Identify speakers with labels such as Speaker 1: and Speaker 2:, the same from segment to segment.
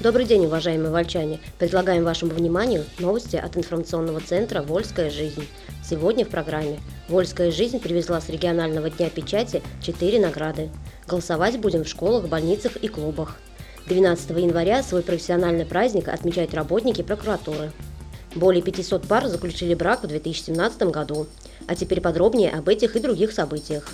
Speaker 1: Добрый день, уважаемые вольчане! Предлагаем вашему вниманию новости от информационного центра «Вольская жизнь». Сегодня в программе «Вольская жизнь» привезла с регионального дня печати 4 награды. Голосовать будем в школах, больницах и клубах. 12 января свой профессиональный праздник отмечают работники прокуратуры. Более 500 пар заключили брак в 2017 году. А теперь подробнее об этих и других событиях.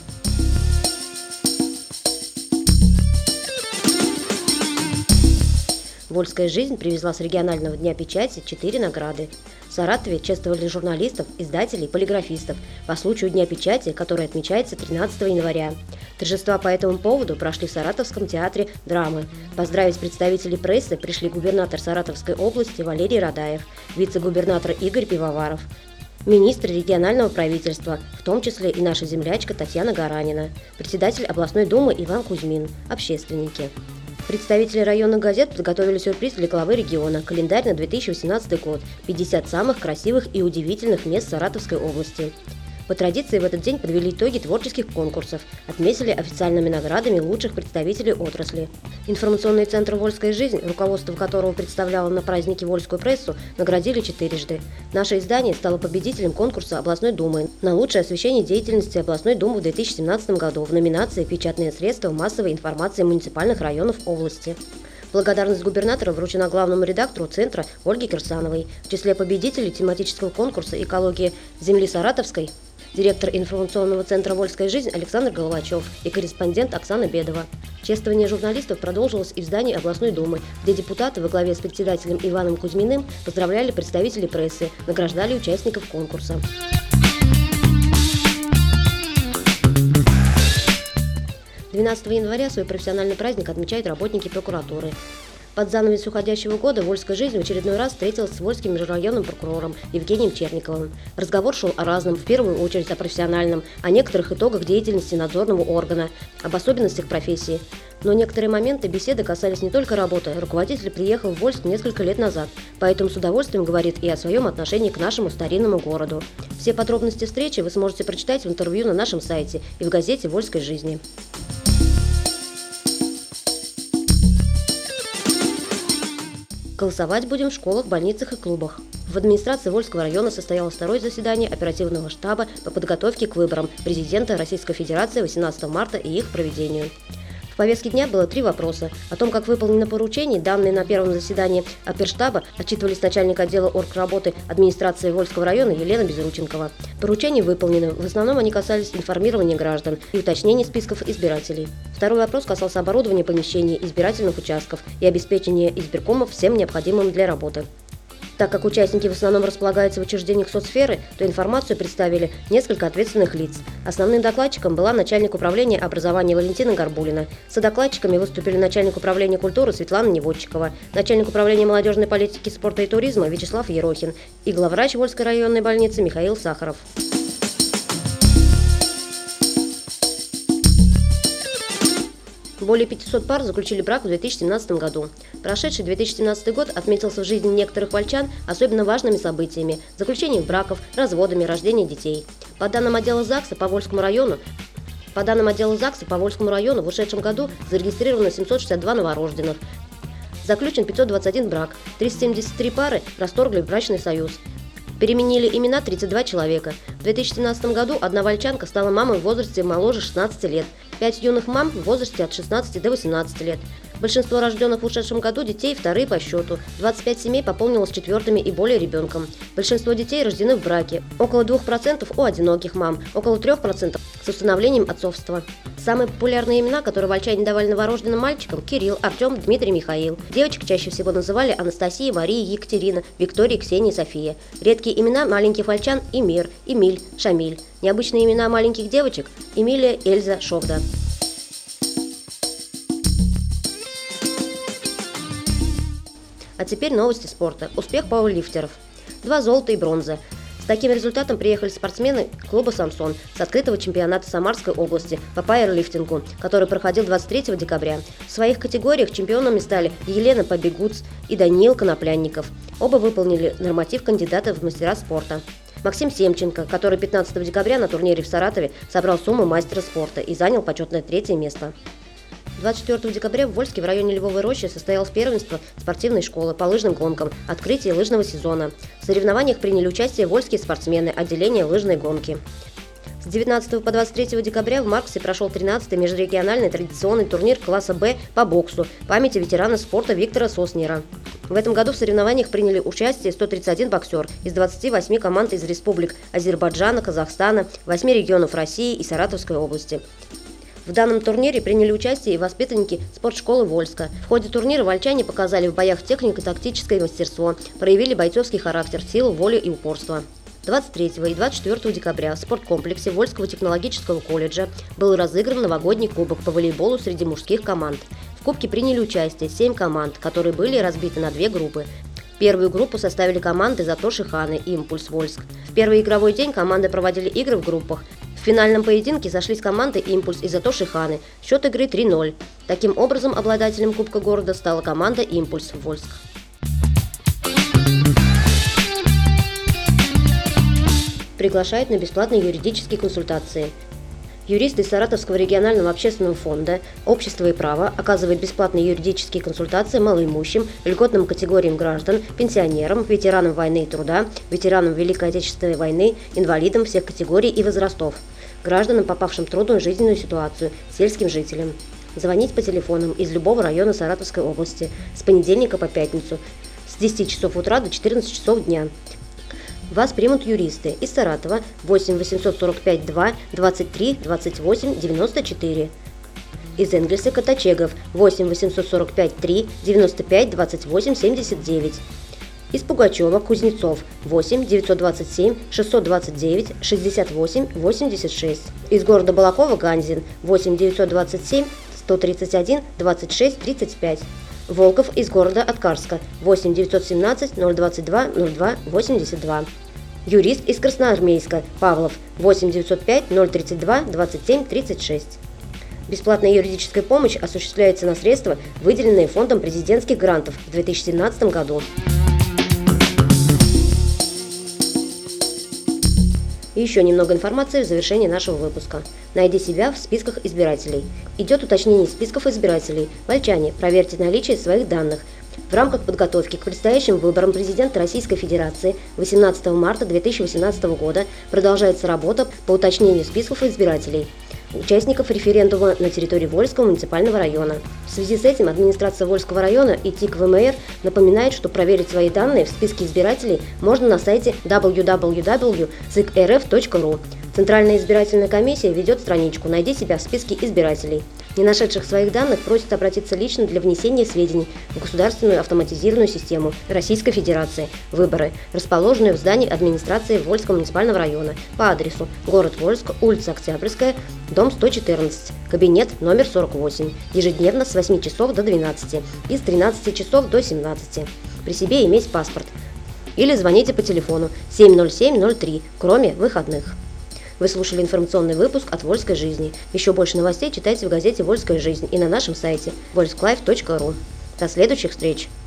Speaker 1: «Вольская жизнь» привезла с регионального дня печати 4 награды. В Саратове чествовали журналистов, издателей, полиграфистов по случаю Дня печати, который отмечается 13 января. Торжества по этому поводу прошли в Саратовском театре драмы. Поздравить представителей прессы пришли губернатор Саратовской области Валерий Радаев, вице-губернатор Игорь Пивоваров, министр регионального правительства, в том числе и наша землячка Татьяна Гаранина, председатель областной думы Иван Кузьмин, общественники. Представители районных газет подготовили сюрприз для главы региона – календарь на 2018 год, 50 самых красивых и удивительных мест Саратовской области. По традиции в этот день подвели итоги творческих конкурсов, отметили официальными наградами лучших представителей отрасли. Информационный центр «Вольская жизнь», руководство которого представляло на празднике вольскую прессу, наградили 4-жды. Наше издание стало победителем конкурса областной думы на лучшее освещение деятельности областной думы в 2017 году в номинации «Печатные средства массовой информации муниципальных районов области». Благодарность губернатора вручена главному редактору центра Ольге Кирсановой. В числе победителей тематического конкурса «Экология земли Саратовской» директор информационного центра «Вольская жизнь» Александр Головачев и корреспондент Оксана Бедова. Чествование журналистов продолжилось и в здании областной думы, где депутаты во главе с председателем Иваном Кузьминым поздравляли представителей прессы, награждали участников конкурса. – 12 января свой профессиональный праздник отмечают работники прокуратуры. Под занавес уходящего года «Вольская жизнь» в очередной раз встретилась с вольским межрайонным прокурором Евгением Черниковым. Разговор шел о разном, в первую очередь о профессиональном, о некоторых итогах деятельности надзорного органа, об особенностях профессии. Но некоторые моменты беседы касались не только работы. Руководитель приехал в Вольск несколько лет назад, поэтому с удовольствием говорит и о своем отношении к нашему старинному городу. Все подробности встречи вы сможете прочитать в интервью на нашем сайте и в газете «Вольской жизни». Голосовать будем в школах, больницах и клубах. В администрации Вольского района состоялось второе заседание оперативного штаба по подготовке к выборам президента Российской Федерации 18 марта и их проведению. В повестке дня было 3 вопроса. О том, как выполнено поручение, данные на первом заседании оперштаба, отчитывались начальник отдела оргработы администрации Вольского района Елена Безрученкова. Поручения выполнены. В основном они касались информирования граждан и уточнения списков избирателей. Второй вопрос касался оборудования помещений избирательных участков и обеспечения избиркомов всем необходимым для работы. Так как участники в основном располагаются в учреждениях соцсферы, то информацию представили несколько ответственных лиц. Основным докладчиком была начальник управления образования Валентина Горбулина. Содокладчиками выступили начальник управления культуры Светлана Неводчикова, начальник управления молодежной политики, спорта и туризма Вячеслав Ерохин и главврач Вольской районной больницы Михаил Сахаров. Более 500 пар заключили брак в 2017 году. Прошедший 2017 год отметился в жизни некоторых вольчан особенно важными событиями – заключением браков, разводами, рождением детей. По данным отдела ЗАГСа по Вольскому району в ушедшем году зарегистрировано 762 новорожденных. Заключен 521 брак, 373 пары расторгли брачный союз. Переменили имена 32 человека. В 2017 году одна вольчанка стала мамой в возрасте моложе 16 лет, 5 юных мам в возрасте от 16 до 18 лет. Большинство рожденных в ушедшем году детей вторые по счету. 25 семей пополнилось 4-ми и более ребенком. Большинство детей рождены в браке. Около 2% у одиноких мам, около 3% с установлением отцовства. Самые популярные имена, которые вольчане давали новорожденным мальчикам – Кирилл, Артем, Дмитрий, Михаил. Девочек чаще всего называли Анастасия, Мария, Екатерина, Виктория, Ксения, София. Редкие имена маленьких вольчан – Эмир, Эмиль, Шамиль. Необычные имена маленьких девочек – Эмилия, Эльза, Шовда. А теперь новости спорта. Успех пауэрлифтеров. 2 золота и бронза. С таким результатом приехали спортсмены клуба «Самсон» с открытого чемпионата Самарской области по пауэрлифтингу, который проходил 23 декабря. В своих категориях чемпионами стали Елена Побегуц и Даниил Коноплянников. Оба выполнили норматив кандидата в мастера спорта. Максим Семченко, который 15 декабря на турнире в Саратове собрал сумму мастера спорта и занял почетное 3-е место. 24 декабря в Вольске в районе Львовой Рощи состоялось первенство спортивной школы по лыжным гонкам, открытие лыжного сезона. В соревнованиях приняли участие вольские спортсмены отделения лыжной гонки. С 19 по 23 декабря в Марксе прошел 13-й межрегиональный традиционный турнир класса «Б» по боксу памяти ветерана спорта Виктора Соснера. В этом году в соревнованиях приняли участие 131 боксер из 28 команд из республик Азербайджана, Казахстана, 8 регионов России и Саратовской области. В данном турнире приняли участие и воспитанники спортшколы Вольска. В ходе турнира вольчане показали в боях технико-тактическое мастерство, проявили бойцовский характер, силу, волю и упорство. 23 и 24 декабря в спорткомплексе Вольского технологического колледжа был разыгран новогодний кубок по волейболу среди мужских команд. В кубке приняли участие 7 команд, которые были разбиты на 2 группы. Первую группу составили команды «Затош» Ханы и «Импульс Вольск». В первый игровой день команды проводили игры в группах. В финальном поединке сошлись команды «Импульс» и «Затош» Ханы. Счет игры 3-0. Таким образом, обладателем Кубка города стала команда «Импульс Вольск». Приглашает на бесплатные юридические консультации. Юрист из Саратовского регионального общественного фонда «Общество и право» оказывает бесплатные юридические консультации малоимущим, льготным категориям граждан, пенсионерам, ветеранам войны и труда, ветеранам Великой Отечественной войны, инвалидам всех категорий и возрастов, гражданам, попавшим в трудную жизненную ситуацию, сельским жителям. Звонить по телефонам из любого района Саратовской области с понедельника по пятницу с 10 часов утра до 14 часов дня. Вас примут юристы из Саратова 8 845 2 23 28 94, из Энгельса Коточегов 8 845 3 95 28 79, из Пугачева Кузнецов 8 927 629 68 86, из города Балакова Ганзин 8 927 131 26 35. Волков из города Аткарска 8 917 022 02 82. Юрист из Красноармейска Павлов 8 905 032 27 36. Бесплатная юридическая помощь осуществляется на средства, выделенные Фондом президентских грантов в 2017 году. И еще немного информации в завершении нашего выпуска. Найди себя в списках избирателей. Идет уточнение списков избирателей. Вольчане, проверьте наличие своих данных. В рамках подготовки к предстоящим выборам президента Российской Федерации 18 марта 2018 года продолжается работа по уточнению списков избирателей, участников референдума на территории Вольского муниципального района. В связи с этим администрация Вольского района и ТИК ВМР напоминает, что проверить свои данные в списке избирателей можно на сайте www.zik.rf.ru. Центральная избирательная комиссия ведет страничку «Найди себя в списке избирателей». Не нашедших своих данных просят обратиться лично для внесения сведений в государственную автоматизированную систему Российской Федерации «Выборы», расположенную в здании администрации Вольского муниципального района по адресу город Вольск, улица Октябрьская, дом 114, кабинет номер 48, ежедневно с 8 часов до 12 и с 13 часов до 17. При себе иметь паспорт. Или звоните по телефону 70703, кроме выходных. Вы слушали информационный выпуск от «Вольской жизни». Еще больше новостей читайте в газете «Вольская жизнь» и на нашем сайте volsklife.ru. До следующих встреч!